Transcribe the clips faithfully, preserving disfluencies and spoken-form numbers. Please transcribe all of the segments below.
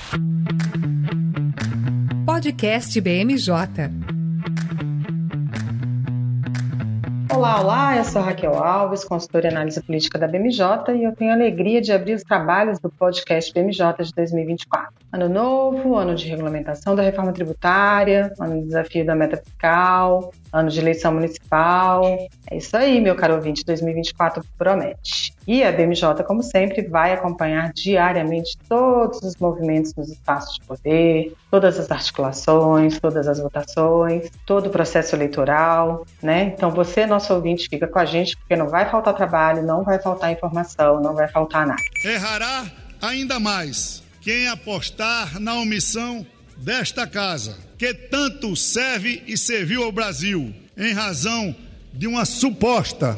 Podcast B M J. Olá, olá, eu sou Raquel Alves, consultora em análise política da B M J, e eu tenho a alegria de abrir os trabalhos do podcast B M J de dois mil e vinte e quatro. Ano novo, ano de regulamentação da reforma tributária, ano de desafio da meta fiscal, ano de eleição municipal. É isso aí, meu caro ouvinte, dois mil e vinte e quatro promete. E a B M J, como sempre, vai acompanhar diariamente todos os movimentos nos espaços de poder, todas as articulações, todas as votações, todo o processo eleitoral, né? Então você, nosso ouvinte, fica com a gente, porque não vai faltar trabalho, não vai faltar informação, não vai faltar nada. Errará ainda mais quem apostar na omissão desta casa, que tanto serve e serviu ao Brasil, em razão de uma suposta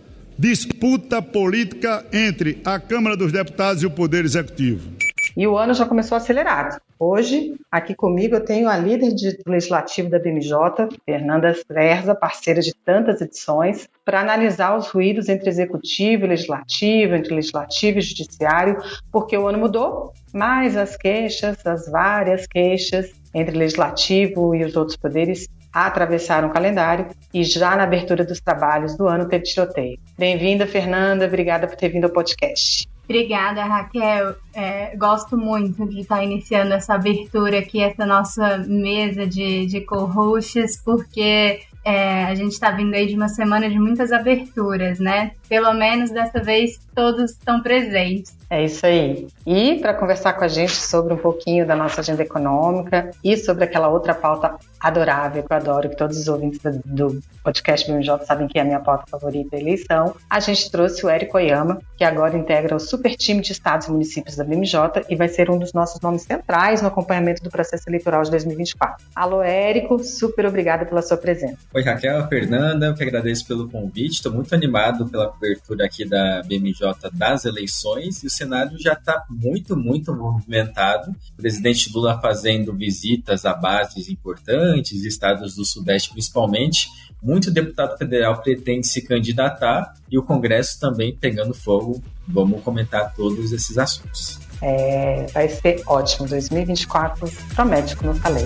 disputa política entre a Câmara dos Deputados e o Poder Executivo. E o ano já começou acelerado. Hoje, aqui comigo, eu tenho a líder de, do Legislativo da B M J, Fernanda Sverza, parceira de tantas edições, para analisar os ruídos entre Executivo e Legislativo, entre Legislativo e Judiciário, porque o ano mudou, mas as queixas, as várias queixas entre Legislativo e os outros poderes atravessaram o calendário e já na abertura dos trabalhos do ano teve tiroteio. Bem-vinda, Fernanda, obrigada por ter vindo ao podcast. Obrigada, Raquel. É, gosto muito de estar iniciando essa abertura aqui, essa nossa mesa de, de co-hosts, porque é, a gente está vindo aí de uma semana de muitas aberturas, né? Pelo menos dessa vez todos estão presentes. É isso aí. E para conversar com a gente sobre um pouquinho da nossa agenda econômica e sobre aquela outra pauta adorável que eu adoro, que todos os ouvintes do, do podcast B M J sabem que é a minha pauta favorita, a eleição, a gente trouxe o Érico Oyama, que agora integra o super time de estados e municípios da B M J e vai ser um dos nossos nomes centrais no acompanhamento do processo eleitoral de dois mil e vinte e quatro. Alô, Érico, super obrigada pela sua presença. Oi, Raquel, Fernanda, eu que agradeço pelo convite, estou muito animado pela cobertura aqui da B M J das eleições, e o cenário já está muito, muito movimentado. O presidente Lula fazendo visitas a bases importantes, estados do Sudeste principalmente. Muito deputado federal pretende se candidatar e o Congresso também pegando fogo. Vamos comentar todos esses assuntos. É, vai ser ótimo. dois mil e vinte e quatro promete, como eu falei.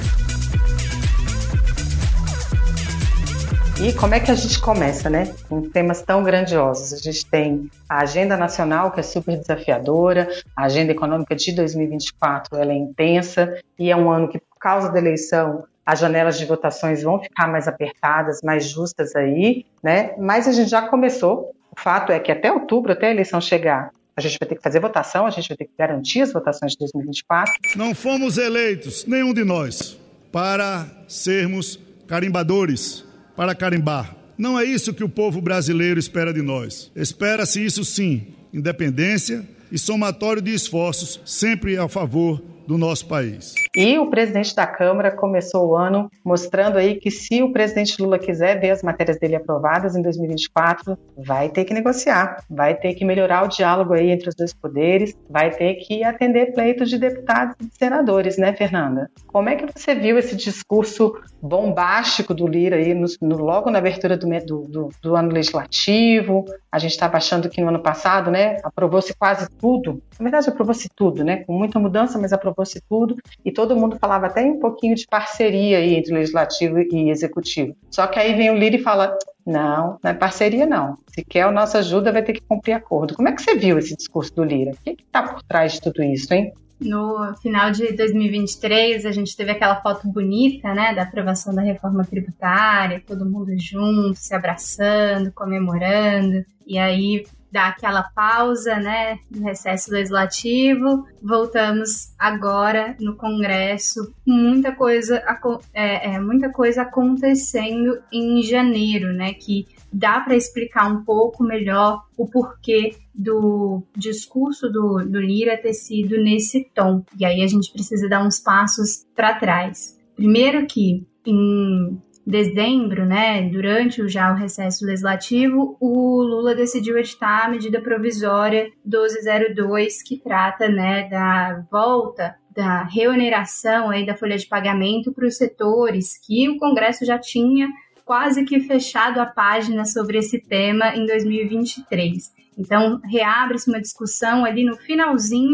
E como é que a gente começa, né? Com temas tão grandiosos. A gente tem a agenda nacional, que é super desafiadora, a agenda econômica de dois mil e vinte e quatro ela é intensa, e é um ano que, por causa da eleição, as janelas de votações vão ficar mais apertadas, mais justas aí, né? Mas a gente já começou. O fato é que até outubro, até a eleição chegar, a gente vai ter que fazer votação, a gente vai ter que garantir as votações de dois mil e vinte e quatro. Não fomos eleitos, nenhum de nós, para sermos carimbadores, para carimbar. Não é isso que o povo brasileiro espera de nós. Espera-se isso sim, independência e somatório de esforços sempre a favor do nosso país. E o presidente da Câmara começou o ano mostrando aí que se o presidente Lula quiser ver as matérias dele aprovadas em dois mil e vinte e quatro, vai ter que negociar, vai ter que melhorar o diálogo aí entre os dois poderes, vai ter que atender pleitos de deputados e de senadores, né, Fernanda? Como é que você viu esse discurso bombástico do Lira aí no, no, logo na abertura do, do, do, do ano legislativo? A gente estava achando que no ano passado, né, aprovou-se quase tudo. Na verdade, aprovou-se tudo, né, com muita mudança, mas aprovou-se tudo, e todo mundo falava até um pouquinho de parceria aí entre legislativo e executivo. Só que aí vem o Lira e fala, não, não é parceria não. Se quer a nossa ajuda, vai ter que cumprir acordo. Como é que você viu esse discurso do Lira? O que está por trás de tudo isso, hein? No final de dois mil e vinte e três, a gente teve aquela foto bonita, né, da aprovação da reforma tributária, todo mundo junto, se abraçando, comemorando, e aí dá aquela pausa, né, no recesso legislativo, voltamos agora no Congresso, muita coisa, é, é, muita coisa acontecendo em janeiro, né, que dá para explicar um pouco melhor o porquê do discurso do, do Lira ter sido nesse tom. E aí a gente precisa dar uns passos para trás. Primeiro que em dezembro, né, durante já o recesso legislativo, o Lula decidiu editar a medida provisória doze zero dois, que trata, né, da volta da reoneração aí da folha de pagamento para os setores que o Congresso já tinha quase que fechado a página sobre esse tema em dois mil e vinte e três. Então, reabre-se uma discussão ali no finalzinho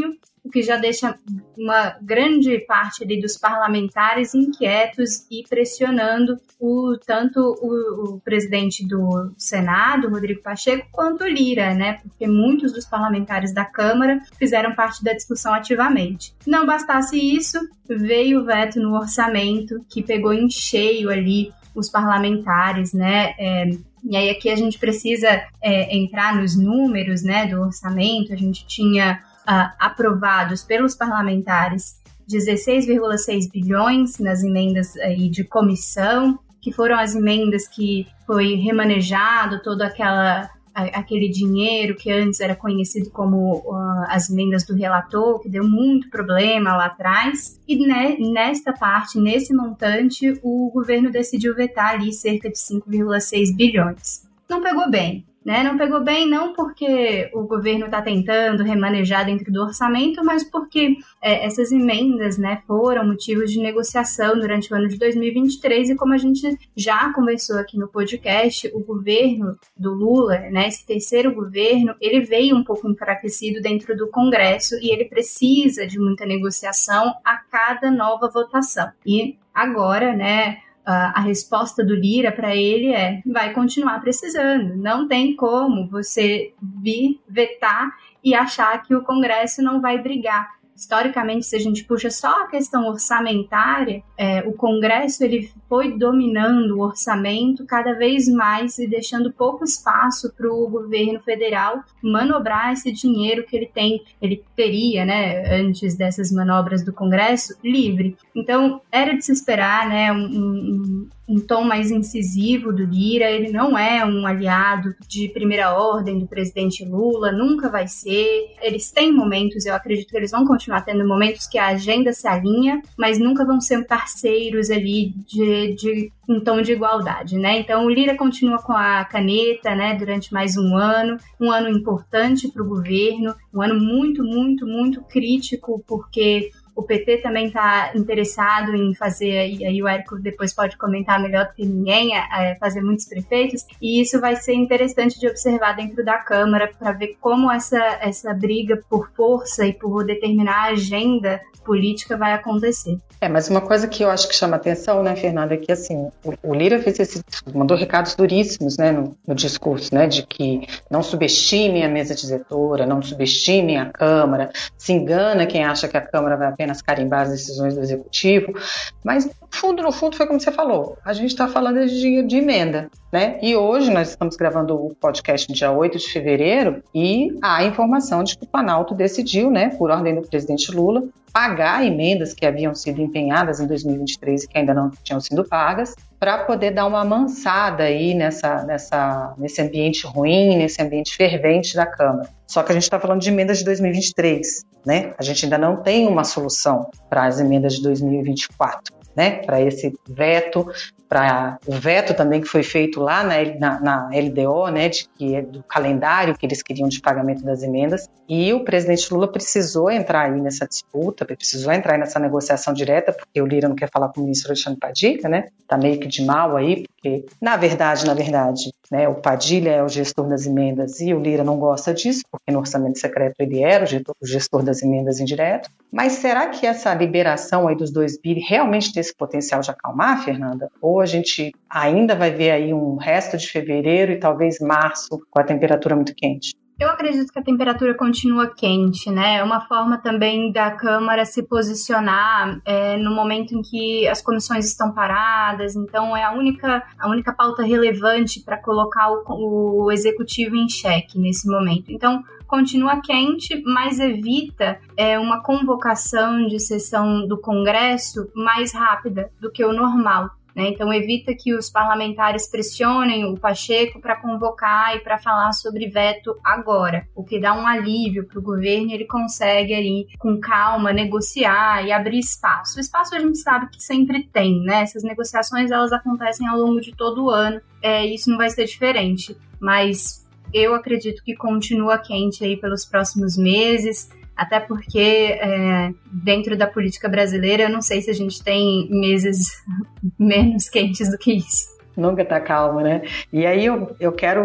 o que já deixa uma grande parte ali dos parlamentares inquietos e pressionando o, tanto o, o presidente do Senado, Rodrigo Pacheco, quanto o Lira, né? Porque muitos dos parlamentares da Câmara fizeram parte da discussão ativamente. Não bastasse isso, veio o veto no orçamento, que pegou em cheio ali os parlamentares, né? É, e aí aqui a gente precisa é, entrar nos números, né, do orçamento. A gente tinha uh, aprovados pelos parlamentares dezesseis vírgula seis bilhões nas emendas aí de comissão, que foram as emendas que foi remanejado todo aquela aquele dinheiro que antes era conhecido como uh, as emendas do relator, que deu muito problema lá atrás. E né, nesta parte, nesse montante, o governo decidiu vetar ali cerca de cinco vírgula seis bilhões. Não pegou bem. Né? Não pegou bem não porque o governo está tentando remanejar dentro do orçamento, mas porque é, essas emendas, né, foram motivos de negociação durante o ano de dois mil e vinte e três, e como a gente já conversou aqui no podcast, o governo do Lula, né, esse terceiro governo, ele veio um pouco enfraquecido dentro do Congresso e ele precisa de muita negociação a cada nova votação. E agora, né, a resposta do Lira para ele é: vai continuar precisando, não tem como você vir vetar e achar que o Congresso não vai brigar. Historicamente, se a gente puxa só a questão orçamentária, é, o Congresso ele foi dominando o orçamento cada vez mais e deixando pouco espaço para o governo federal manobrar esse dinheiro que ele tem, ele teria, né, antes dessas manobras do Congresso, livre. Então, era de se esperar, né, um, um, um tom mais incisivo do Lira. Ele não é um aliado de primeira ordem do presidente Lula, nunca vai ser. Eles têm momentos, eu acredito que eles vão continuar tendo momentos que a agenda se alinha, mas nunca vão ser parceiros ali de, de um tom de igualdade, né? Então o Lira continua com a caneta, né, durante mais um ano, um ano importante para o governo, um ano muito, muito, muito crítico, porque o P T também está interessado em fazer, e aí o Érico depois pode comentar melhor do que ninguém, é, fazer muitos prefeitos, e isso vai ser interessante de observar dentro da Câmara para ver como essa, essa briga por força e por determinar a agenda política vai acontecer. É, mas uma coisa que eu acho que chama atenção, né, Fernanda, é que assim, o, o Lira fez esse, mandou recados duríssimos, né, no, no discurso, né, de que não subestimem a mesa diretora, não subestimem a Câmara, se engana quem acha que a Câmara vai apenas carimbar as decisões do Executivo, mas no fundo, no fundo, foi como você falou, a gente está falando de, de emenda, né, e hoje nós estamos gravando o podcast no dia oito de fevereiro e há informação de que o Planalto decidiu, né, por ordem do presidente Lula, pagar emendas que haviam sido empenhadas em dois mil e vinte e três e que ainda não tinham sido pagas, para poder dar uma amansada aí nessa, nessa, nesse ambiente ruim, nesse ambiente fervente da Câmara. Só que a gente está falando de emendas de dois mil e vinte e três, né? A gente ainda não tem uma solução para as emendas de dois mil e vinte e quatro, né? Para esse veto, para o veto também que foi feito lá na, na, na L D O, né, de que é do calendário que eles queriam de pagamento das emendas, e o presidente Lula precisou entrar aí nessa disputa, precisou entrar aí nessa negociação direta, porque o Lira não quer falar com o ministro Alexandre Padilha, né, tá meio que de mal aí, porque na verdade, na verdade, né, o Padilha é o gestor das emendas e o Lira não gosta disso, porque no orçamento secreto ele era o gestor, o gestor das emendas indireto. Mas será que essa liberação aí dos dois bi realmente tem esse potencial de acalmar, Fernanda? Ou a gente ainda vai ver aí um resto de fevereiro e talvez março com a temperatura muito quente? Eu acredito que a temperatura continua quente, né? É uma forma também da Câmara se posicionar é, no momento em que as comissões estão paradas, então é a única, a única pauta relevante para colocar o, o executivo em xeque nesse momento. Então, continua quente, mas evita é, uma convocação de sessão do Congresso mais rápida do que o normal. Então, evita que os parlamentares pressionem o Pacheco para convocar e para falar sobre veto agora, o que dá um alívio para o governo e ele consegue ali, com calma, negociar e abrir espaço. O espaço a gente sabe que sempre tem, né? Essas negociações, elas acontecem ao longo de todo o ano, é, isso não vai ser diferente, mas eu acredito que continua quente aí pelos próximos meses, até porque é, dentro da política brasileira eu não sei se a gente tem meses menos quentes do que isso. Nunca tá calmo, né? E aí eu, eu quero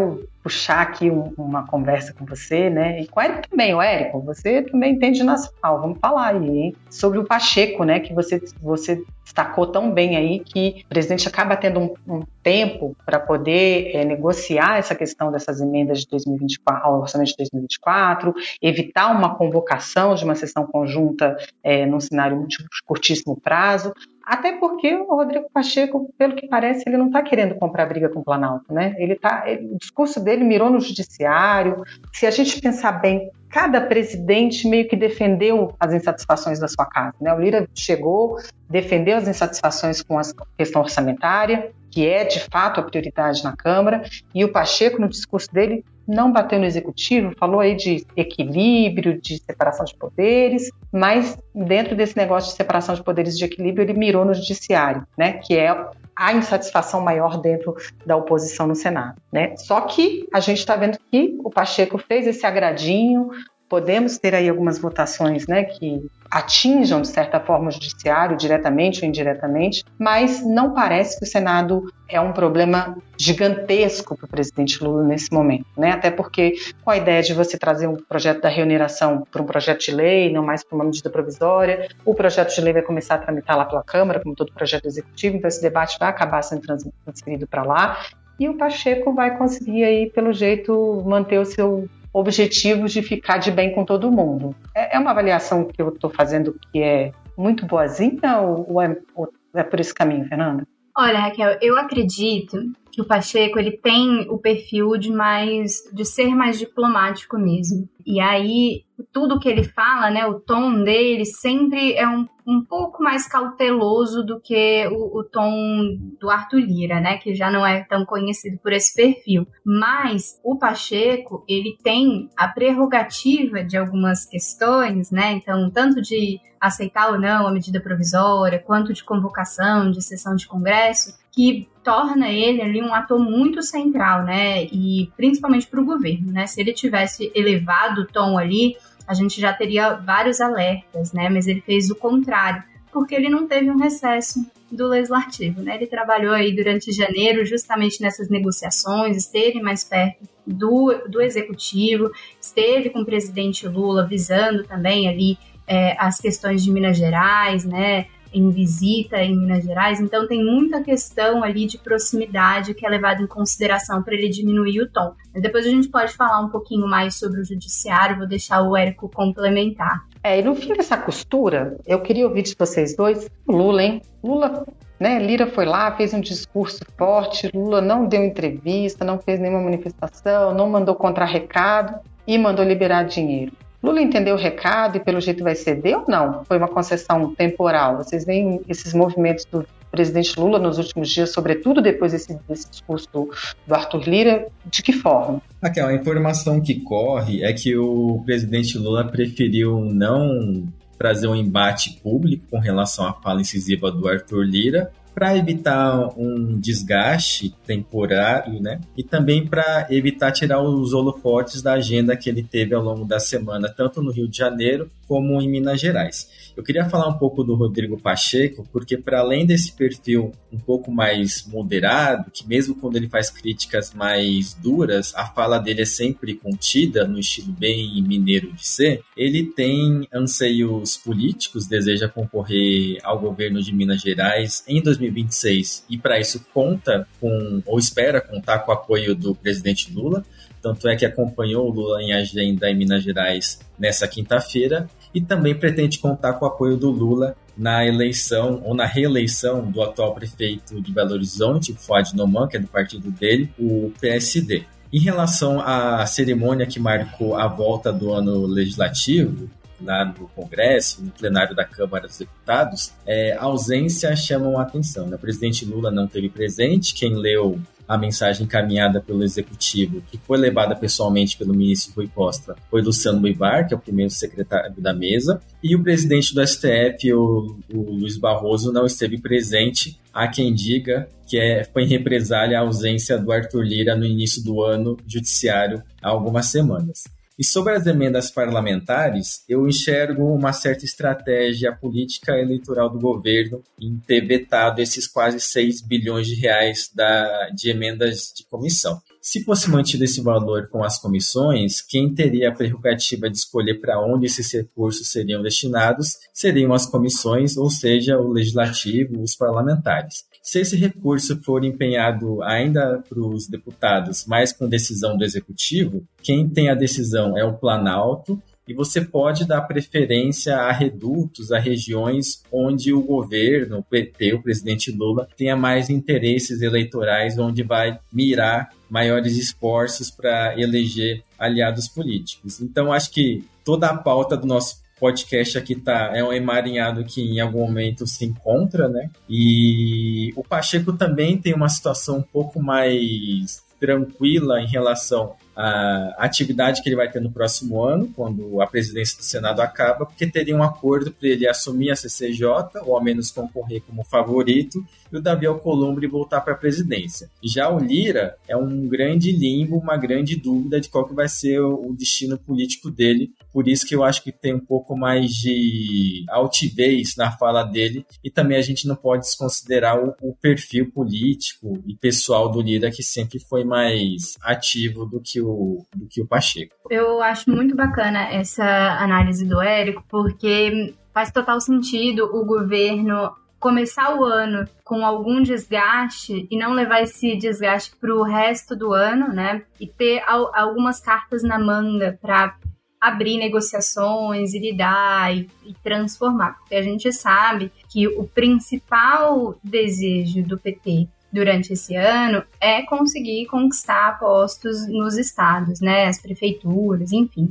puxar aqui um, uma conversa com você, né? E com o Érico também. O Érico, você também entende nacional, vamos falar aí, hein? Sobre o Pacheco, né? Que você, você destacou tão bem aí, que o presidente acaba tendo um, um tempo para poder é, negociar essa questão dessas emendas de dois mil e vinte e quatro, ao orçamento de dois mil e vinte e quatro, evitar uma convocação de uma sessão conjunta é, num cenário de curtíssimo prazo. Até porque o Rodrigo Pacheco, pelo que parece, ele não está querendo comprar briga com o Planalto, né? Ele tá, ele, o discurso dele mirou no judiciário. Se a gente pensar bem, cada presidente meio que defendeu as insatisfações da sua casa, né? O Lira chegou, defendeu as insatisfações com a questão orçamentária, que é, de fato, a prioridade na Câmara, e o Pacheco, no discurso dele, não bateu no executivo, falou aí de equilíbrio, de separação de poderes, mas dentro desse negócio de separação de poderes e de equilíbrio, ele mirou no judiciário, né, que é a insatisfação maior dentro da oposição no Senado, né? Só que a gente está vendo que o Pacheco fez esse agradinho, podemos ter aí algumas votações, né, que atinjam, de certa forma, o judiciário, diretamente ou indiretamente, mas não parece que o Senado é um problema gigantesco para o presidente Lula nesse momento, né? Até porque, com a ideia de você trazer um projeto da reoneração para um projeto de lei, não mais para uma medida provisória, o projeto de lei vai começar a tramitar lá pela Câmara, como todo projeto executivo, então esse debate vai acabar sendo transferido para lá, e o Pacheco vai conseguir aí, pelo jeito, manter o seu objetivo de ficar de bem com todo mundo. É uma avaliação que eu estou fazendo que é muito boazinha ou é, ou é por esse caminho, Fernanda? Olha, Raquel, eu acredito que o Pacheco ele tem o perfil de, mais, de ser mais diplomático mesmo. E aí, tudo que ele fala, né, o tom dele sempre é um, um pouco mais cauteloso do que o, o tom do Arthur Lira, né, que já não é tão conhecido por esse perfil. Mas o Pacheco, ele tem a prerrogativa de algumas questões, né, então, tanto de aceitar ou não a medida provisória, quanto de convocação, de sessão de congresso, que torna ele ali um ator muito central, né, e principalmente para o governo, né, se ele tivesse elevado o tom ali, a gente já teria vários alertas, né, mas ele fez o contrário, porque ele não teve um recesso do legislativo, né, ele trabalhou aí durante janeiro justamente nessas negociações, esteve mais perto do, do executivo, esteve com o presidente Lula visando também ali é, as questões de Minas Gerais, né, em visita em Minas Gerais, então tem muita questão ali de proximidade que é levada em consideração para ele diminuir o tom. Mas depois a gente pode falar um pouquinho mais sobre o judiciário, vou deixar o Érico complementar. É, e no fim dessa costura, eu queria ouvir de vocês dois, o Lula, hein? Lula, né, Lira foi lá, fez um discurso forte, Lula não deu entrevista, não fez nenhuma manifestação, não mandou contra-recado e mandou liberar dinheiro. Lula entendeu o recado e pelo jeito vai ceder ou não? Foi uma concessão temporal? Vocês veem esses movimentos do presidente Lula nos últimos dias, sobretudo depois desse, desse discurso do, do Arthur Lira, de que forma? Raquel, a informação que corre é que o presidente Lula preferiu não trazer um embate público com relação à fala incisiva do Arthur Lira, para evitar um desgaste temporário, né? E também para evitar tirar os holofotes da agenda que ele teve ao longo da semana, tanto no Rio de Janeiro como em Minas Gerais. Eu queria falar um pouco do Rodrigo Pacheco, porque para além desse perfil um pouco mais moderado, que mesmo quando ele faz críticas mais duras, a fala dele é sempre contida, no estilo bem mineiro de ser, ele tem anseios políticos, deseja concorrer ao governo de Minas Gerais em dois mil e vinte e seis, e para isso conta com, ou espera contar com o apoio do presidente Lula, tanto é que acompanhou o Lula em agenda em Minas Gerais nessa quinta-feira, e também pretende contar com o apoio do Lula na eleição ou na reeleição do atual prefeito de Belo Horizonte, o Fuad Noman, que é do partido dele, o P S D. Em relação à cerimônia que marcou a volta do ano legislativo, lá no Congresso, no plenário da Câmara dos Deputados, é, a ausência chama a atenção. O presidente Lula não esteve presente, quem leu a mensagem encaminhada pelo Executivo, que foi levada pessoalmente pelo ministro Rui Costa, foi Luciano Bivar, que é o primeiro secretário da mesa, e o presidente do S T F, o, o Luiz Barroso, não esteve presente. Há quem diga que é, foi em represália a ausência do Arthur Lira no início do ano judiciário há algumas semanas. E sobre as emendas parlamentares, eu enxergo uma certa estratégia política eleitoral do governo em ter vetado esses quase seis bilhões de reais da, de emendas de comissão. Se fosse mantido esse valor com as comissões, quem teria a prerrogativa de escolher para onde esses recursos seriam destinados seriam as comissões, ou seja, o legislativo, os parlamentares. Se esse recurso for empenhado ainda para os deputados, mas com decisão do executivo, quem tem a decisão é o Planalto, e você pode dar preferência a redutos, a regiões onde o governo, o P T, o presidente Lula, tenha mais interesses eleitorais, onde vai mirar maiores esforços para eleger aliados políticos. Então, acho que toda a pauta do nosso podcast aqui tá, é um emaranhado que em algum momento se encontra, né? E o Pacheco também tem uma situação um pouco mais tranquila em relação à atividade que ele vai ter no próximo ano, quando a presidência do Senado acaba, porque teria um acordo para ele assumir a C C J, ou ao menos concorrer como favorito, e o Davi Alcolumbre voltar para a presidência. Já o Lira é um grande limbo, uma grande dúvida de qual que vai ser o destino político dele, por isso que eu acho que tem um pouco mais de altivez na fala dele, e também a gente não pode desconsiderar o, o perfil político e pessoal do Lira, que sempre foi mais ativo do que o, do que o Pacheco. Eu acho muito bacana essa análise do Érico, porque faz total sentido o governo começar o ano com algum desgaste e não levar esse desgaste para o resto do ano, né? E ter al- algumas cartas na manga para abrir negociações e lidar e, e transformar. Porque a gente sabe que o principal desejo do P T durante esse ano é conseguir conquistar postos nos estados, né, as prefeituras, enfim.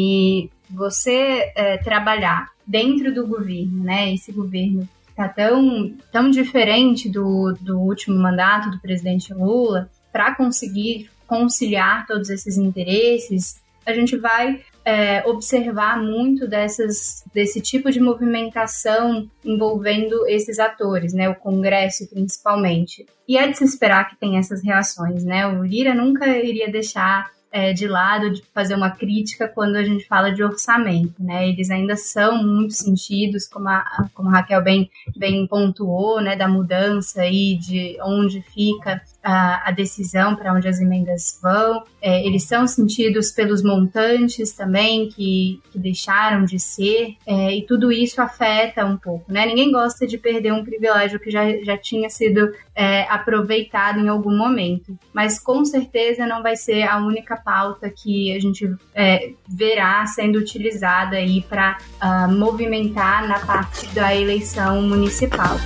E você é, trabalhar dentro do governo, né, esse governo está tão, tão diferente do, do último mandato do presidente Lula, para conseguir conciliar todos esses interesses, a gente vai é, observar muito dessas, desse tipo de movimentação envolvendo esses atores, né, o Congresso principalmente. E é de se esperar que tenha essas reações, né? O Lira nunca iria deixar é, de lado de fazer uma crítica quando a gente fala de orçamento, né? Eles ainda são muito sentidos, como a, como a Raquel bem, bem pontuou, né, da mudança aí de onde fica a, a decisão, para onde as emendas vão. É, eles são sentidos pelos montantes também, que, que deixaram de ser, é, e tudo isso afeta um pouco, né? Ninguém gosta de perder um privilégio que já, já tinha sido é, aproveitado em algum momento, mas com certeza não vai ser a única pauta que a gente é, verá sendo utilizada aí para uh, movimentar na parte da eleição municipal.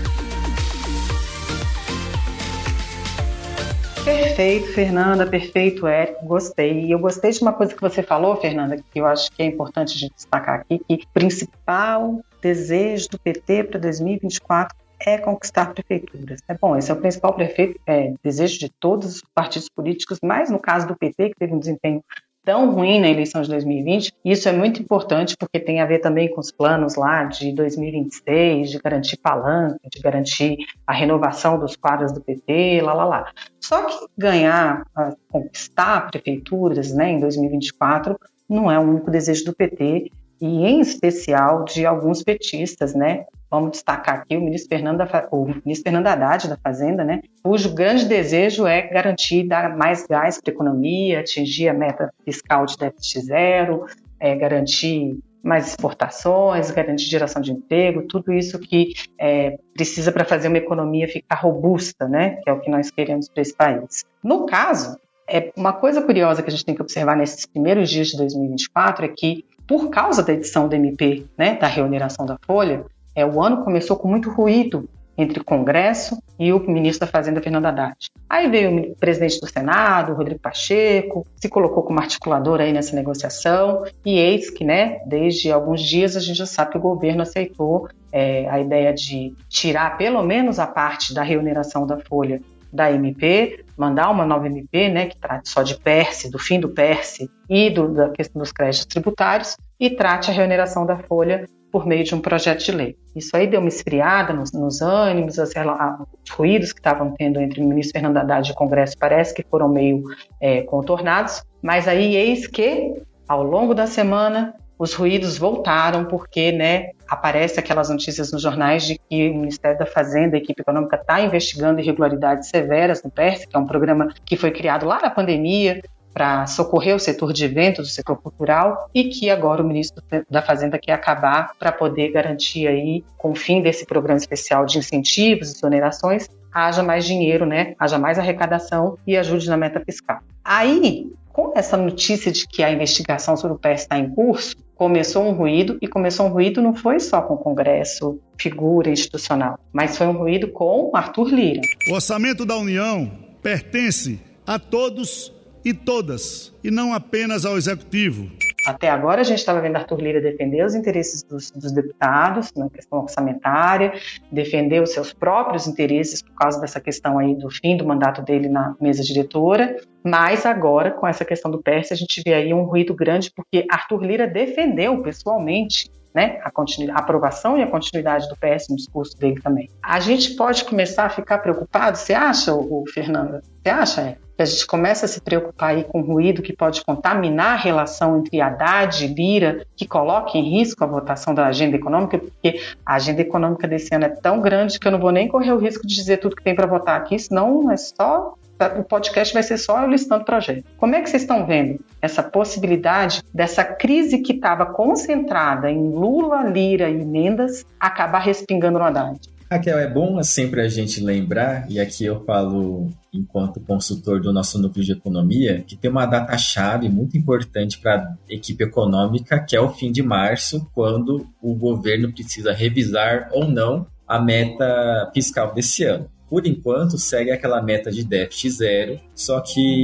Perfeito, Fernanda, perfeito, Érico, gostei. E eu gostei de uma coisa que você falou, Fernanda, que eu acho que é importante a gente destacar aqui, que o principal desejo do P T para dois mil e vinte e quatro é conquistar prefeituras. É bom, esse é o principal prefeito, é, desejo de todos os partidos políticos, mas no caso do P T, que teve um desempenho tão ruim na eleição de dois mil e vinte, isso é muito importante porque tem a ver também com os planos lá de dois mil e vinte e seis, de garantir palanque, de garantir a renovação dos quadros do P T, lá, lá, lá. Só que ganhar, conquistar prefeituras, né, em dois mil e vinte e quatro não é o único desejo do P T, e em especial de alguns petistas, né? Vamos destacar aqui o ministro Fernando, o ministro Fernando Haddad da Fazenda, né? Cujo grande desejo é garantir, dar mais gás para a economia, atingir a meta fiscal de déficit zero, é, garantir mais exportações, garantir geração de emprego, tudo isso que é, precisa para fazer uma economia ficar robusta, né? Que é o que nós queremos para esse país. No caso, é uma coisa curiosa que a gente tem que observar nesses primeiros dias de dois mil e vinte e quatro é que, por causa da edição do M P, né, da reoneração da Folha, é, o ano começou com muito ruído entre o Congresso e o ministro da Fazenda, Fernando Haddad. Aí veio o presidente do Senado, Rodrigo Pacheco, se colocou como articulador aí nessa negociação, e eis que, né, desde alguns dias a gente já sabe que o governo aceitou é, a ideia de tirar pelo menos a parte da reoneração da Folha da M P, mandar uma nova M P, né, que trate só de P E R S, do fim do P E R S e do, da questão dos créditos tributários, e trate a reoneração da Folha por meio de um projeto de lei. Isso aí deu uma esfriada nos, nos ânimos, as, os ruídos que estavam tendo entre o ministro Fernando Haddad e o Congresso parece que foram meio é, contornados, mas aí eis que, ao longo da semana, os ruídos voltaram porque, né, aparece aquelas notícias nos jornais de que o Ministério da Fazenda, a equipe econômica, está investigando irregularidades severas no PERSE, que é um programa que foi criado lá na pandemia para socorrer o setor de eventos, o setor cultural, e que agora o ministro da Fazenda quer acabar para poder garantir aí, com o fim desse programa especial de incentivos e exonerações, haja mais dinheiro, né? Haja mais arrecadação e ajude na meta fiscal. Aí, com essa notícia de que a investigação sobre o PERSE está em curso, começou um ruído, e começou um ruído não foi só com o Congresso, figura institucional, mas foi um ruído com Arthur Lira. O orçamento da União pertence a todos e todas, e não apenas ao Executivo. Até agora a gente estava vendo Arthur Lira defender os interesses dos, dos deputados na questão orçamentária, defender os seus próprios interesses por causa dessa questão aí do fim do mandato dele na mesa diretora, mas agora com essa questão do PERSE a gente vê aí um ruído grande porque Arthur Lira defendeu pessoalmente, né, a, a aprovação e a continuidade do PERSE no discurso dele também. A gente pode começar a ficar preocupado, você acha, o, o Fernanda? Você acha, é? Que a gente começa a se preocupar aí com ruído que pode contaminar a relação entre Haddad e Lira, que coloca em risco a votação da agenda econômica, porque a agenda econômica desse ano é tão grande que eu não vou nem correr o risco de dizer tudo que tem para votar aqui, senão é só... o podcast vai ser só eu listando projeto. Como é que vocês estão vendo essa possibilidade dessa crise que estava concentrada em Lula, Lira e Mendes acabar respingando no Haddad? Raquel, é bom sempre a gente lembrar, e aqui eu falo enquanto consultor do nosso núcleo de economia, que tem uma data-chave muito importante para a equipe econômica, que é o fim de março, quando o governo precisa revisar ou não a meta fiscal desse ano. Por enquanto, segue aquela meta de déficit zero, só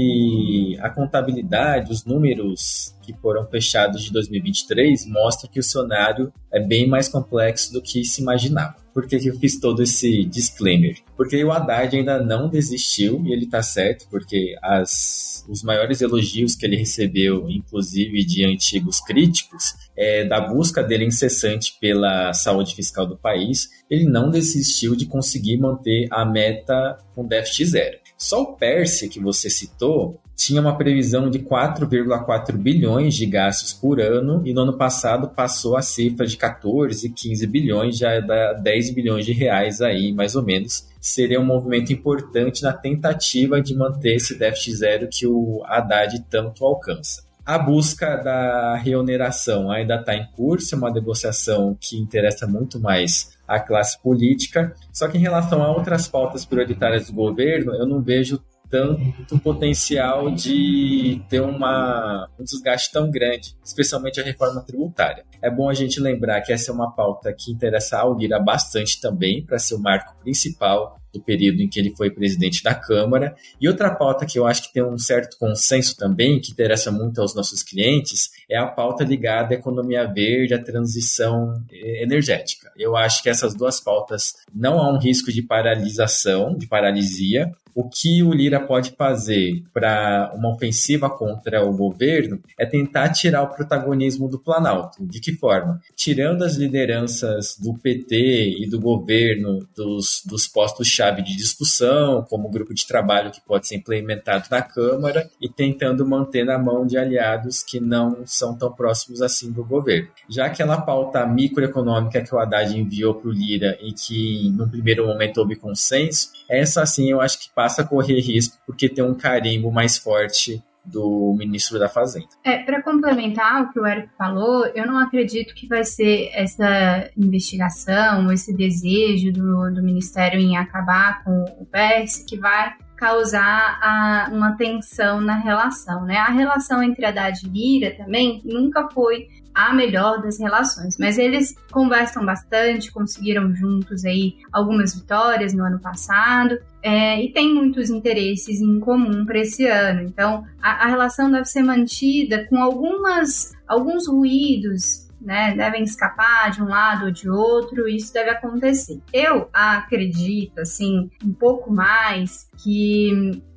que a contabilidade, os números que foram fechados de dois mil e vinte e três mostram que o cenário é bem mais complexo do que se imaginava. Por que que eu fiz todo esse disclaimer? Porque o Haddad ainda não desistiu, e ele está certo, porque as, os maiores elogios que ele recebeu, inclusive de antigos críticos, é, da busca dele incessante pela saúde fiscal do país, ele não desistiu de conseguir manter a meta com déficit zero. Só o PERSE, que você citou, tinha uma previsão de quatro vírgula quatro bilhões de gastos por ano e no ano passado passou a cifra de quatorze, quinze bilhões, já dá dez bilhões de reais aí, mais ou menos. Seria um movimento importante na tentativa de manter esse déficit zero que o Haddad tanto alcança. A busca da reoneração ainda está em curso, é uma negociação que interessa muito mais a classe política, só que em relação a outras pautas prioritárias do governo, eu não vejo tanto potencial de ter uma, um desgaste tão grande, especialmente a reforma tributária. É bom a gente lembrar que essa é uma pauta que interessa ao Lira bastante também, para ser o marco principal do período em que ele foi presidente da Câmara. E outra pauta que eu acho que tem um certo consenso também, que interessa muito aos nossos clientes, é a pauta ligada à economia verde, à transição energética. Eu acho que essas duas pautas não há um risco de paralisação, de paralisia. O que o Lira pode fazer para uma ofensiva contra o governo é tentar tirar o protagonismo do Planalto. De que forma? Tirando as lideranças do P T e do governo dos, dos postos-chave de discussão, como o grupo de trabalho que pode ser implementado na Câmara, e tentando manter na mão de aliados que não são tão próximos assim do governo. Já aquela pauta microeconômica que o Haddad enviou para o Lira e que, no primeiro momento, houve consenso, essa sim eu acho que passa a correr risco porque tem um carimbo mais forte do ministro da Fazenda. É, para complementar o que o Érico falou, eu não acredito que vai ser essa investigação, esse desejo do, do Ministério em acabar com o PERSE que vai causar a, uma tensão na relação, né? A relação entre Haddad e Lira também nunca foi a melhor das relações, mas eles conversam bastante, conseguiram juntos aí algumas vitórias no ano passado, é, e tem muitos interesses em comum para esse ano. Então, a, a relação deve ser mantida com algumas, alguns ruídos, né, devem escapar de um lado ou de outro, isso deve acontecer. Eu acredito, assim, um pouco mais que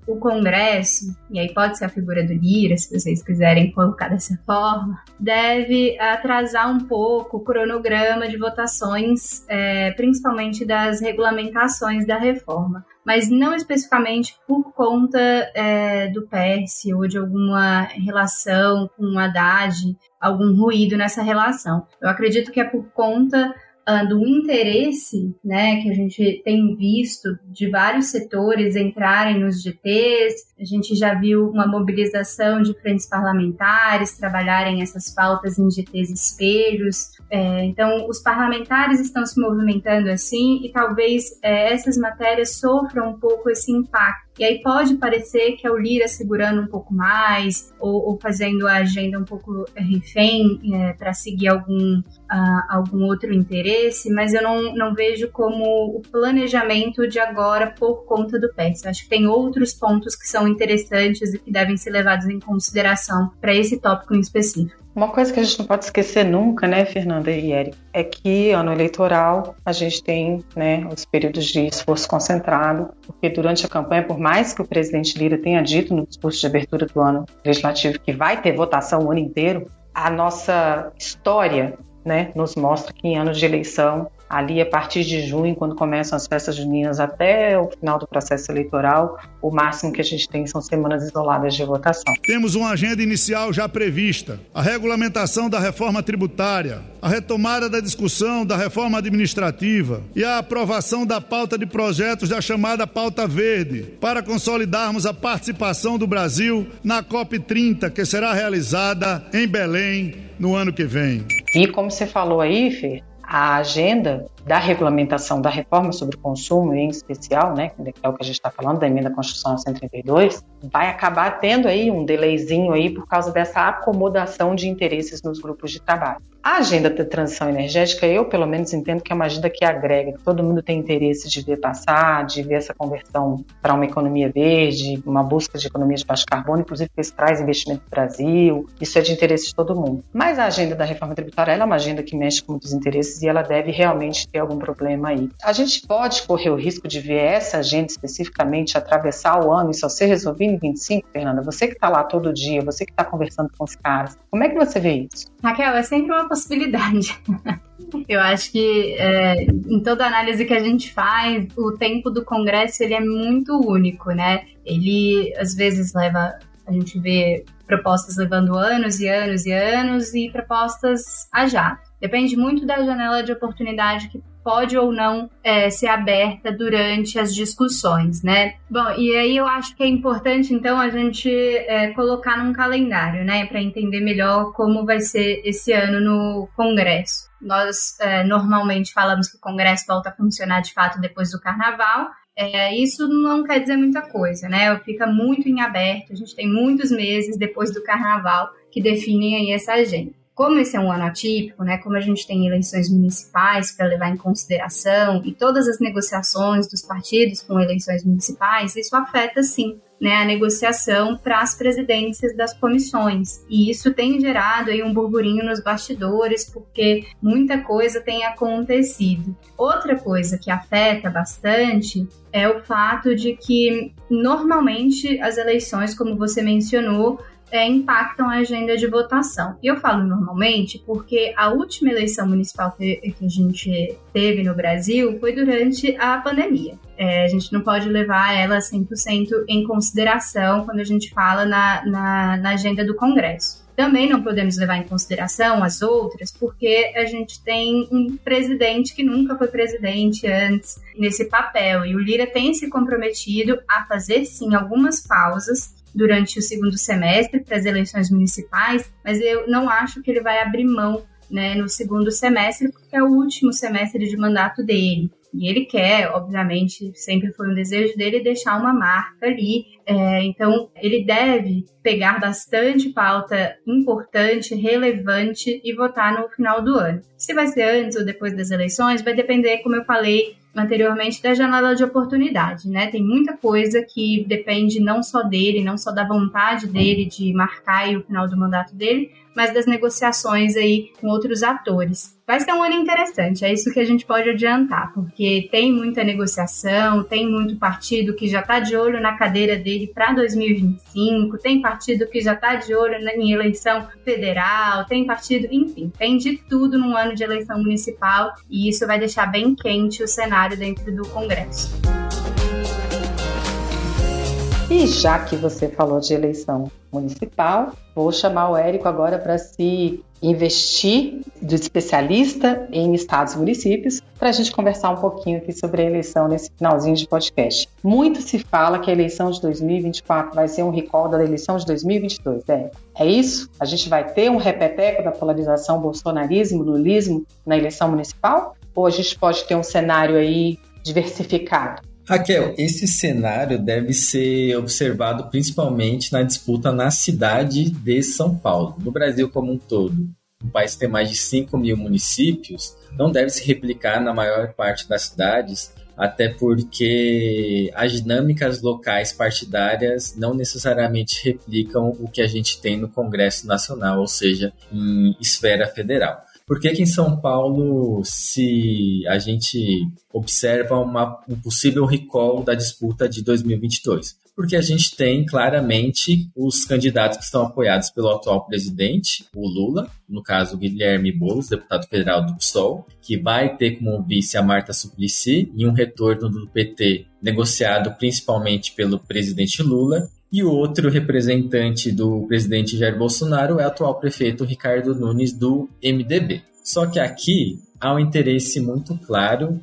o Congresso, e aí pode ser a figura do Lira, se vocês quiserem colocar dessa forma, deve atrasar um pouco o cronograma de votações, é, principalmente das regulamentações da reforma, mas não especificamente por conta é, do P S ou de alguma relação com o Haddad, algum ruído nessa relação. Eu acredito que é por conta do interesse, né, que a gente tem visto de vários setores entrarem nos G Tês. A gente já viu uma mobilização de frentes parlamentares trabalharem essas pautas em G Tês espelhos. É, então, os parlamentares estão se movimentando assim e talvez é, essas matérias sofram um pouco esse impacto. E aí pode parecer que é o Lira segurando um pouco mais ou, ou fazendo a agenda um pouco refém é, para seguir algum, uh, algum outro interesse, mas eu não, não vejo como o planejamento de agora por conta do P E S. Eu acho que tem outros pontos que são interessantes e que devem ser levados em consideração para esse tópico em específico. Uma coisa que a gente não pode esquecer nunca, né, Fernanda e Eric, é que ano eleitoral a gente tem, né, os períodos de esforço concentrado, porque durante a campanha, por mais que o presidente Lira tenha dito no discurso de abertura do ano legislativo que vai ter votação o ano inteiro, a nossa história, né, nos mostra que em anos de eleição, ali a partir de junho, quando começam as festas juninas até o final do processo eleitoral, o máximo que a gente tem são semanas isoladas de votação. Temos uma agenda inicial já prevista: a regulamentação da reforma tributária, a retomada da discussão da reforma administrativa e a aprovação da pauta de projetos da chamada Pauta Verde, para consolidarmos a participação do Brasil na COP trinta, que será realizada em Belém no ano que vem. E como você falou aí, Fê, a agenda da regulamentação da reforma sobre o consumo, em especial, né, que é o que a gente está falando, da emenda à Constituição cento e trinta e dois, vai acabar tendo aí um delayzinho aí por causa dessa acomodação de interesses nos grupos de trabalho. A agenda da transição energética, eu pelo menos entendo que é uma agenda que agrega, que todo mundo tem interesse de ver passar, de ver essa conversão para uma economia verde, uma busca de economia de baixo carbono, inclusive que isso traz investimento no Brasil, isso é de interesse de todo mundo. Mas a agenda da reforma tributária, ela é uma agenda que mexe com muitos interesses e ela deve realmente ter algum problema aí. A gente pode correr o risco de ver essa agenda especificamente atravessar o ano e só ser resolvida em vinte e cinco, Fernanda? Você que está lá todo dia, você que está conversando com os caras, como é que você vê isso? Raquel, é sempre uma possibilidade. Eu acho que é, em toda análise que a gente faz, o tempo do Congresso ele é muito único, né? Ele às vezes leva, a gente vê propostas levando anos e anos e anos e propostas a jato. Depende muito da janela de oportunidade que pode ou não é, ser aberta durante as discussões, né? Bom, e aí eu acho que é importante, então, a gente é, colocar num calendário, né? Para entender melhor como vai ser esse ano no Congresso. Nós é, normalmente falamos que o Congresso volta a funcionar de fato depois do Carnaval. É, isso não quer dizer muita coisa, né? Fica muito em aberto. A gente tem muitos meses depois do Carnaval que definem aí essa agenda. Como esse é um ano atípico, né, como a gente tem eleições municipais para levar em consideração e todas as negociações dos partidos com eleições municipais, isso afeta sim, né, a negociação para as presidências das comissões. E isso tem gerado aí um burburinho nos bastidores, porque muita coisa tem acontecido. Outra coisa que afeta bastante é o fato de que, normalmente, as eleições, como você mencionou, É, impactam a agenda de votação. E eu falo normalmente porque a última eleição municipal que, que a gente teve no Brasil foi durante a pandemia. É, a gente não pode levar ela cem por cento em consideração quando a gente fala na, na, na agenda do Congresso. Também não podemos levar em consideração as outras, porque a gente tem um presidente que nunca foi presidente antes nesse papel. E o Lira tem se comprometido a fazer, sim, algumas pausas durante o segundo semestre para as eleições municipais, mas eu não acho que ele vai abrir mão, né, no segundo semestre, porque é o último semestre de mandato dele. E ele quer, obviamente, sempre foi um desejo dele, deixar uma marca ali. É, então, ele deve pegar bastante pauta importante, relevante e votar no final do ano. Se vai ser antes ou depois das eleições, vai depender, como eu falei anteriormente, da janela de oportunidade, né? Tem muita coisa que depende não só dele, não só da vontade dele de marcar aí o final do mandato dele, mas das negociações aí com outros atores. Vai ser um ano interessante, é isso que a gente pode adiantar, porque tem muita negociação, tem muito partido que já está de olho na cadeira dele para dois mil e vinte e cinco, tem partido que já está de olho em eleição federal, tem partido, enfim, tem de tudo num ano de eleição municipal e isso vai deixar bem quente o cenário dentro do Congresso. E já que você falou de eleição municipal, vou chamar o Érico agora para se investir do especialista em estados e municípios para a gente conversar um pouquinho aqui sobre a eleição nesse finalzinho de podcast. Muito se fala que a eleição de dois mil e vinte e quatro vai ser um recall da eleição de dois mil e vinte e dois, Érico. É isso? A gente vai ter um repeteco da polarização bolsonarismo-lulismo na eleição municipal? Ou a gente pode ter um cenário aí diversificado? Raquel, esse cenário deve ser observado principalmente na disputa na cidade de São Paulo. No Brasil como um todo, o país tem mais de cinco mil municípios, não deve se replicar na maior parte das cidades, até porque as dinâmicas locais partidárias não necessariamente replicam o que a gente tem no Congresso Nacional, ou seja, em esfera federal. Por que que em São Paulo, se a gente observa uma, um possível recall da disputa de dois mil e vinte e dois? Porque a gente tem claramente os candidatos que estão apoiados pelo atual presidente, o Lula, no caso Guilherme Boulos, deputado federal do P SOL, que vai ter como vice a Marta Suplicy e um retorno do P T negociado principalmente pelo presidente Lula. E o outro representante do presidente Jair Bolsonaro é o atual prefeito Ricardo Nunes, do M D B. Só que aqui há um interesse muito claro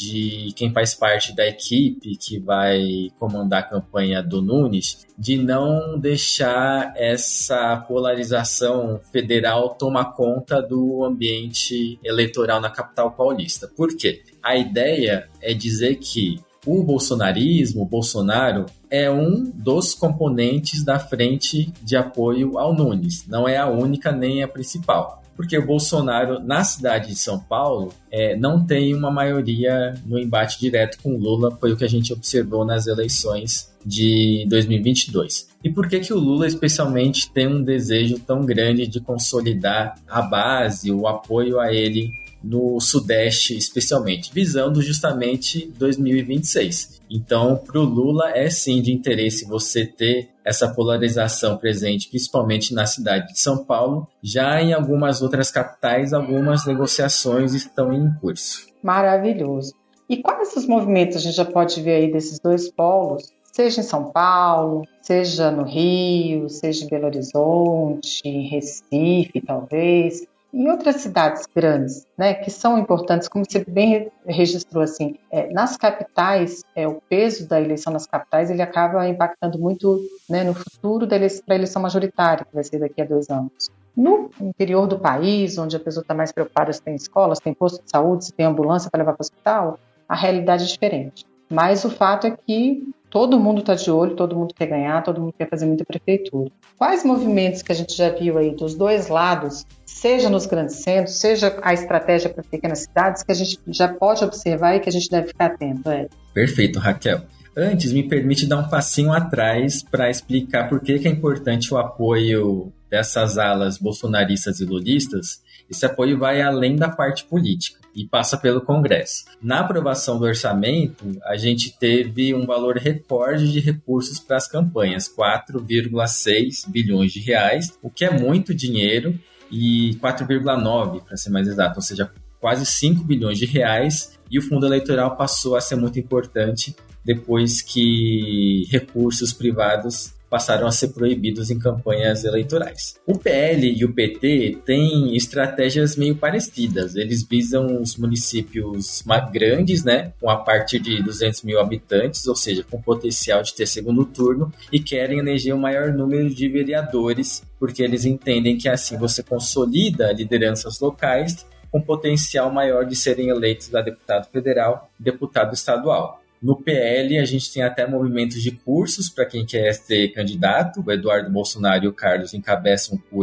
de quem faz parte da equipe que vai comandar a campanha do Nunes, de não deixar essa polarização federal tomar conta do ambiente eleitoral na capital paulista. Por quê? A ideia é dizer que o bolsonarismo, o Bolsonaro, é um dos componentes da frente de apoio ao Nunes. Não é a única nem a principal. Porque o Bolsonaro, na cidade de São Paulo, é, não tem uma maioria no embate direto com o Lula, foi o que a gente observou nas eleições de dois mil e vinte e dois. E por que que o Lula, especialmente, tem um desejo tão grande de consolidar a base, o apoio a ele no Sudeste, especialmente, visando justamente dois mil e vinte e seis. Então, para o Lula, é sim de interesse você ter essa polarização presente, principalmente na cidade de São Paulo. Já em algumas outras capitais, algumas negociações estão em curso. Maravilhoso. E quais os movimentos a gente já pode ver aí desses dois polos, seja em São Paulo, seja no Rio, seja em Belo Horizonte, em Recife, talvez, em outras cidades grandes, né, que são importantes, como você bem registrou, assim, é, nas capitais, é, o peso da eleição nas capitais, ele acaba impactando muito, né, no futuro da eleição, da eleição majoritária, que vai ser daqui a dois anos. No interior do país, onde a pessoa está mais preocupada se tem escola, se tem posto de saúde, se tem ambulância para levar para o hospital, a realidade é diferente. Mas o fato é que todo mundo está de olho, todo mundo quer ganhar, todo mundo quer fazer muita prefeitura. Quais movimentos que a gente já viu aí dos dois lados, seja nos grandes centros, seja a estratégia para pequenas cidades, que a gente já pode observar e que a gente deve ficar atento? É? Perfeito, Raquel. Antes, me permite dar um passinho atrás para explicar por que, que é importante o apoio dessas alas bolsonaristas e lulistas. Esse apoio vai além da parte política e passa pelo Congresso. Na aprovação do orçamento, a gente teve um valor recorde de recursos para as campanhas, quatro vírgula seis bilhões de reais, o que é muito dinheiro, e quatro vírgula nove, para ser mais exato, ou seja, quase cinco bilhões de reais, e o fundo eleitoral passou a ser muito importante depois que recursos privados passaram a ser proibidos em campanhas eleitorais. O P L e o P T têm estratégias meio parecidas. Eles visam os municípios mais grandes, né, com a partir de duzentos mil habitantes, ou seja, com potencial de ter segundo turno, e querem eleger o maior número de vereadores, porque eles entendem que assim você consolida lideranças locais com potencial maior de serem eleitos a deputado federal e deputado estadual. No P L, a gente tem até movimentos de cursos para quem quer ser candidato. O Eduardo Bolsonaro e o Carlos encabeçam um curso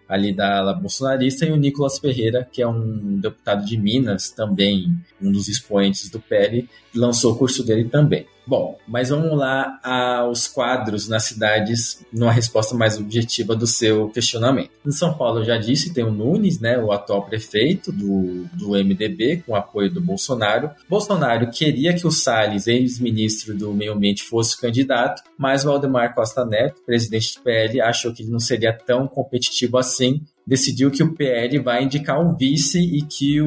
ali da ala bolsonarista, e o Nicolas Ferreira, que é um deputado de Minas, também um dos expoentes do P L, lançou o curso dele também. Bom, mas vamos lá aos quadros nas cidades, numa resposta mais objetiva do seu questionamento. Em São Paulo, eu já disse, tem o Nunes, né, o atual prefeito do, do M D B, com apoio do Bolsonaro. Bolsonaro queria que o Salles, ex-ministro do Meio Ambiente, fosse candidato, mas o Valdemar Costa Neto, presidente do P L, achou que ele não seria tão competitivo assim, decidiu que o P L vai indicar um vice e que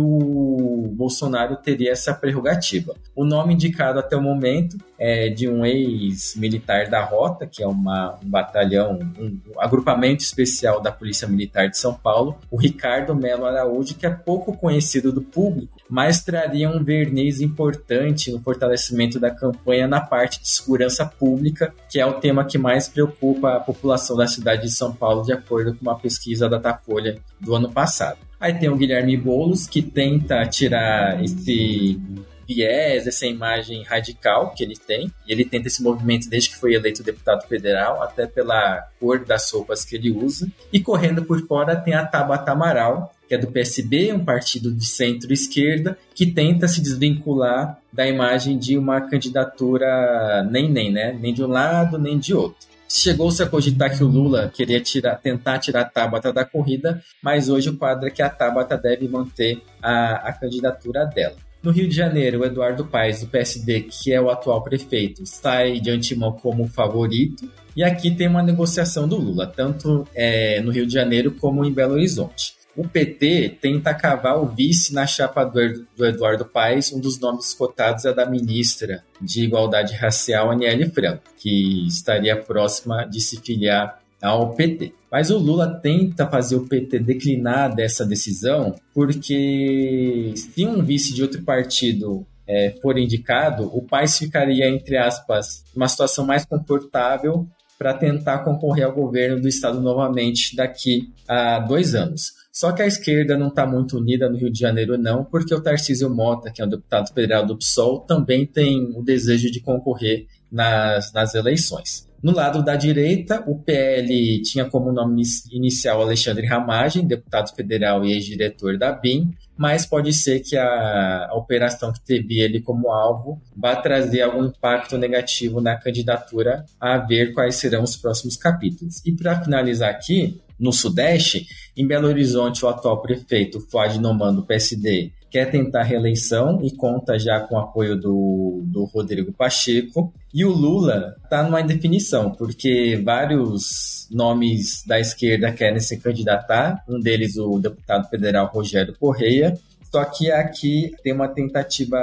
o Bolsonaro teria essa prerrogativa. O nome indicado até o momento é de um ex-militar da Rota, que é uma, um batalhão, um agrupamento especial da Polícia Militar de São Paulo, o Ricardo Melo Araújo, que é pouco conhecido do público, mas traria um verniz importante no fortalecimento da campanha na parte de segurança pública, que é o tema que mais preocupa a população da cidade de São Paulo, de acordo com uma pesquisa da Datafolha do ano passado. Aí tem o Guilherme Boulos, que tenta tirar esse viés, essa imagem radical que ele tem, e ele tenta esse movimento desde que foi eleito deputado federal, até pela cor das roupas que ele usa. E correndo por fora tem a Tabata Amaral, que é do P S B, um partido de centro-esquerda, que tenta se desvincular da imagem de uma candidatura nem-nem, né? Nem de um lado, nem de outro. Chegou-se a cogitar que o Lula queria tirar, tentar tirar a Tabata da corrida, mas hoje o quadro é que a Tabata deve manter a, a candidatura dela. No Rio de Janeiro, o Eduardo Paes, do P S D, que é o atual prefeito, sai de antemão como favorito. E aqui tem uma negociação do Lula, tanto é, no Rio de Janeiro como em Belo Horizonte. O P T tenta cavar o vice na chapa do Eduardo Paes. Um dos nomes cotados é da ministra de Igualdade Racial, Aniele Franco, que estaria próxima de se filiar ao P T. Mas o Lula tenta fazer o P T declinar dessa decisão, porque se um vice de outro partido é, for indicado, o Paes ficaria, entre aspas, numa situação mais confortável para tentar concorrer ao governo do estado novamente daqui a dois anos. Só que a esquerda não está muito unida no Rio de Janeiro, não, porque o Tarcísio Mota, que é um deputado federal do P SOL, também tem o desejo de concorrer nas, nas eleições. No lado da direita, o P L tinha como nome inicial Alexandre Ramagem, deputado federal e ex-diretor da B I M, mas pode ser que a, a operação que teve ele como alvo vá trazer algum impacto negativo na candidatura, a ver quais serão os próximos capítulos. E para finalizar aqui, no Sudeste, em Belo Horizonte, o atual prefeito Fuad Noman, do P S D, quer tentar reeleição e conta já com o apoio do, do Rodrigo Pacheco. E o Lula está numa indefinição, porque vários nomes da esquerda querem se candidatar, um deles o deputado federal Rogério Correia. Só que aqui tem uma tentativa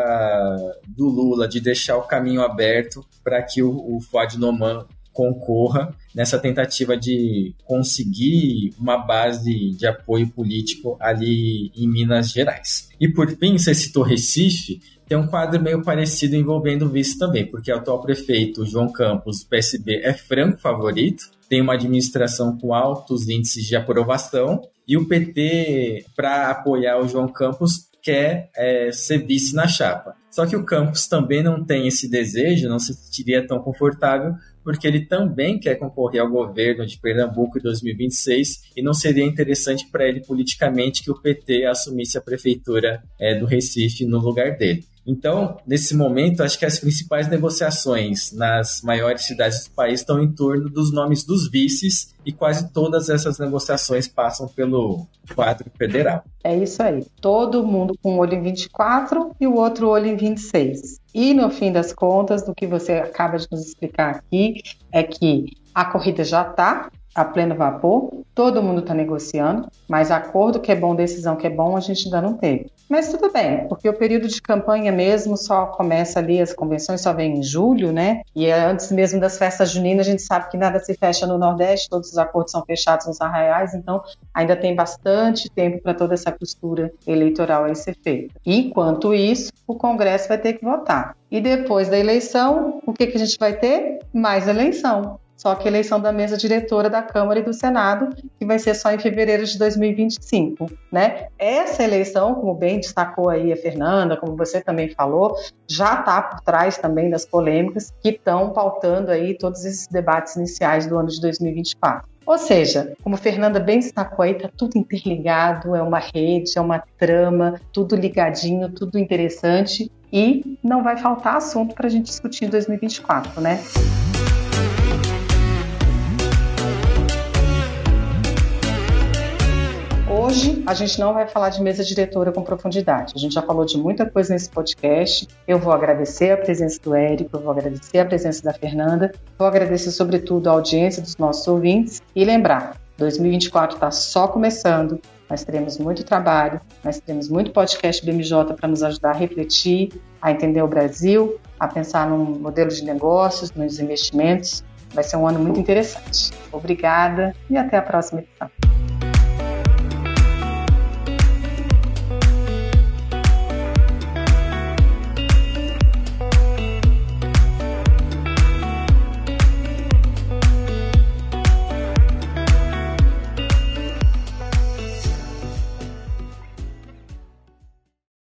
do Lula de deixar o caminho aberto para que o, o Fuad Noman concorra nessa tentativa de conseguir uma base de apoio político ali em Minas Gerais. E por fim, você citou Recife, tem um quadro meio parecido envolvendo o vice também, porque o atual prefeito João Campos, do P S B, é franco favorito, tem uma administração com altos índices de aprovação, e o P T, para apoiar o João Campos, quer é, ser vice na chapa. Só que o Campos também não tem esse desejo, não se sentiria tão confortável, porque ele também quer concorrer ao governo de Pernambuco em dois mil e vinte e seis e não seria interessante para ele politicamente que o P T assumisse a prefeitura é, do Recife no lugar dele. Então, nesse momento, acho que as principais negociações nas maiores cidades do país estão em torno dos nomes dos vices e quase todas essas negociações passam pelo quadro federal. É isso aí. Todo mundo com um olho em vinte e quatro e o outro olho em vinte e seis. E, no fim das contas, do que você acaba de nos explicar aqui, é que a corrida já está a pleno vapor, todo mundo está negociando, mas acordo que é bom, decisão que é bom, a gente ainda não teve. Mas tudo bem, porque o período de campanha mesmo só começa ali, as convenções só vêm em julho, né? E antes mesmo das festas juninas, a gente sabe que nada se fecha no Nordeste, todos os acordos são fechados nos arraiais, então ainda tem bastante tempo para toda essa costura eleitoral aí ser feita. Enquanto isso, o Congresso vai ter que votar. E depois da eleição, o que, que a gente vai ter? Mais eleição. Só que a eleição da mesa diretora da Câmara e do Senado, que vai ser só em fevereiro de dois mil e vinte e cinco, né? Essa eleição, como bem destacou aí a Fernanda, como você também falou, já está por trás também das polêmicas que estão pautando aí todos esses debates iniciais do ano de dois mil e vinte e quatro. Ou seja, como a Fernanda bem destacou aí, está tudo interligado, é uma rede, é uma trama, tudo ligadinho, tudo interessante e não vai faltar assunto para a gente discutir em dois mil e vinte e quatro, né? Hoje, a gente não vai falar de mesa diretora com profundidade. A gente já falou de muita coisa nesse podcast. Eu vou agradecer a presença do Érico, eu vou agradecer a presença da Fernanda, vou agradecer, sobretudo, a audiência dos nossos ouvintes e lembrar, dois mil e vinte e quatro está só começando, nós teremos muito trabalho, nós teremos muito podcast B M J para nos ajudar a refletir, a entender o Brasil, a pensar num modelo de negócios, nos investimentos. Vai ser um ano muito interessante. Obrigada e até a próxima edição.